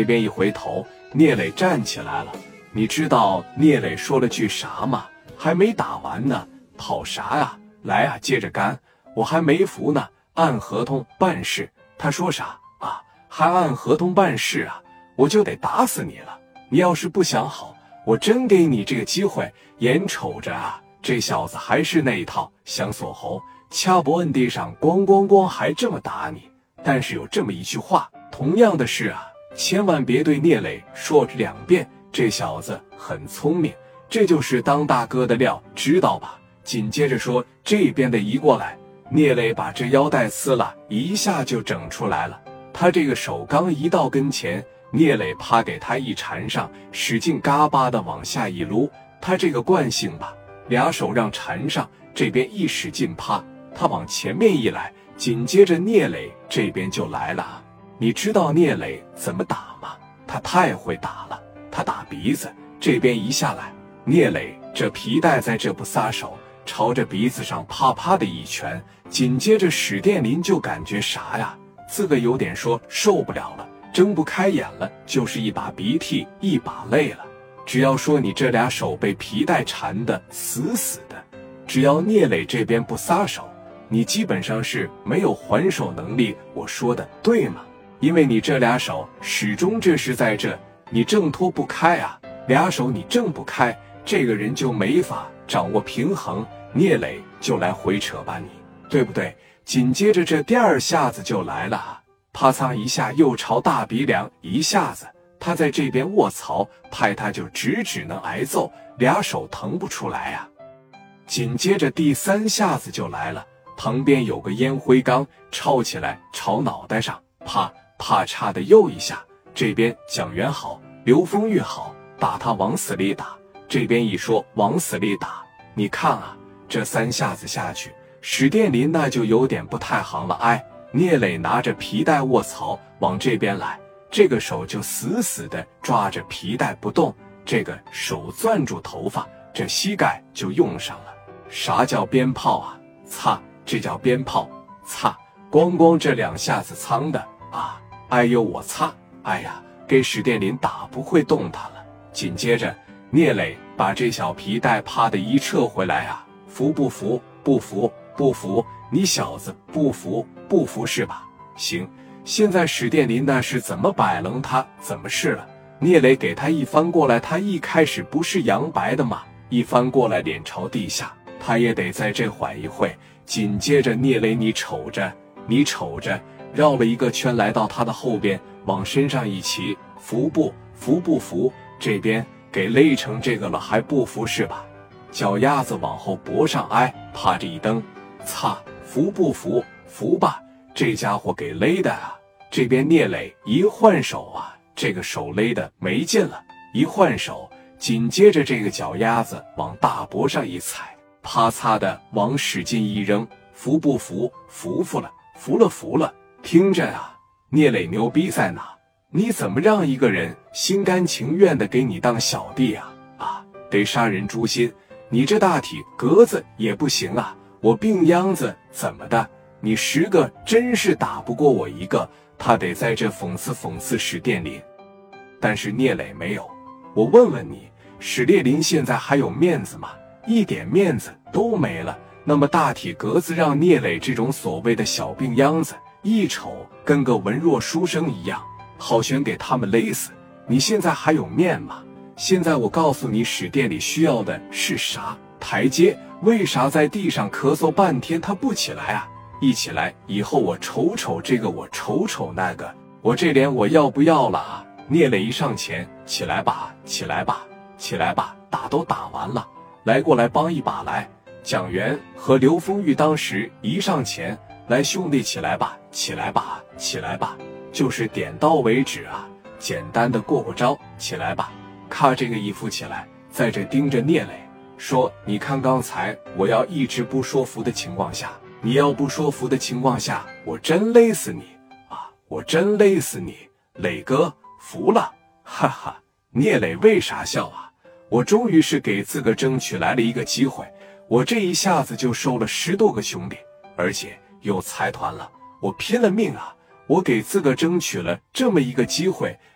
这边一回头，聂磊站起来了。你知道聂磊说了句啥吗？还没打完呢，跑啥呀？来啊，接着干！我还没服呢，按合同办事。他说啥啊？还按合同办事啊？我就得打死你了！你要是不想好，我真给你这个机会。眼瞅着啊，这小子还是那一套，想锁喉，掐脖摁地上，咣咣咣，还这么打你。但是有这么一句话，同样的事啊，千万别对聂磊说2遍。这小子很聪明，这就是当大哥的料，知道吧？紧接着说，这边的移过来，聂磊把这腰带撕了一下就整出来了。他这个手刚移到跟前，聂磊啪给他一缠上，使劲嘎巴的往下一撸。他这个惯性吧，2手让缠上，这边一使劲啪，他往前面一来，紧接着聂磊这边就来了啊！你知道聂磊怎么打吗？他太会打了。他打鼻子，这边一下来，聂磊这皮带在这不撒手，朝着鼻子上啪啪的一拳。紧接着史殿林就感觉啥呀？自个有点说受不了了，睁不开眼了，就是一把鼻涕一把泪了。只要说你这俩手被皮带缠得死死的，只要聂磊这边不撒手，你基本上是没有还手能力。我说的对吗？因为你这俩手始终这是在这，你挣脱不开啊，俩手你挣不开，这个人就没法掌握平衡，聂磊就来回扯吧你，对不对？紧接着这第2下子就来了啊，啪嚓一下又朝大鼻梁一下子，他在这边卧槽，派他就只能挨揍，俩手腾不出来啊。紧接着第3下子就来了，旁边有个烟灰缸抄起来朝脑袋上，啪啪嚓的又一下。这边蒋元好，刘丰玉好，把他往死里打。这边一说往死里打，你看啊，这3下子下去，史殿林那就有点不太行了。哎，聂磊拿着皮带卧槽往这边来，这个手就死死的抓着皮带不动，这个手攥住头发，这膝盖就用上了。啥叫鞭炮啊？擦，这叫鞭炮！擦，咣咣这2下子苍的啊！哎呦我擦！哎呀，给史殿林打不会动弹了。紧接着聂磊把这小皮带啪的一撤回来啊，服不服？不服，不服！你小子不服，不服是吧？行，现在史殿林那是怎么摆楞他怎么是了。聂磊给他一翻过来，他一开始不是扬白的吗？一翻过来脸朝地下，他也得在这缓一会。紧接着聂磊你瞅着，你瞅着，绕了一个圈来到他的后边，往身上一骑，服不服？不服！这边给勒成这个了还不服是吧？脚丫子往后脖上挨，啪着一蹬，擦，服不服？服吧！这家伙给勒的啊！这边聂磊一换手啊，这个手勒的没劲了，一换手，紧接着这个脚丫子往大脖上一踩，啪嚓的往使劲一扔，服不服？服服了，服了，服了！听着啊，聂磊牛逼在哪？你怎么让一个人心甘情愿的给你当小弟啊？啊，得杀人诛心！你这大体格子也不行啊！我病秧子怎么的？你10个真是打不过我1个，他得在这讽刺史殿林。但是聂磊没有。我问问你，史烈林现在还有面子吗？一点面子都没了。那么大体格子让聂磊这种所谓的小病秧子一瞅跟个文弱书生一样，好悬给他们勒死。你现在还有面吗？现在我告诉你，史殿里需要的是啥？台阶。为啥在地上咳嗽半天他不起来啊？一起来以后我瞅瞅这个，我瞅瞅那个，我这脸我要不要了啊？聂磊一上前，起来吧，起来吧，起来吧，打都打完了，来过来帮一把来。蒋元和刘丰玉当时一上前来，兄弟起来吧，起来吧，起来吧，就是点到为止啊，简单的过招，起来吧。咔，这个一扶起来，在这盯着聂磊说，你看刚才我要一直不说服的情况下，你要不说服的情况下，我真勒死你啊，我真勒死你。磊哥服了，哈哈。聂磊为啥笑啊？我终于是给自个争取来了一个机会，我这一下子就收了10多个兄弟，而且有财团了，我拼了命啊，我给自个争取了这么一个机会，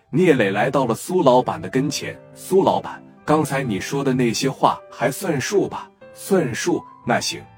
聂磊来到了苏老板的跟前。苏老板，刚才你说的那些话还算数吧？算数，那行。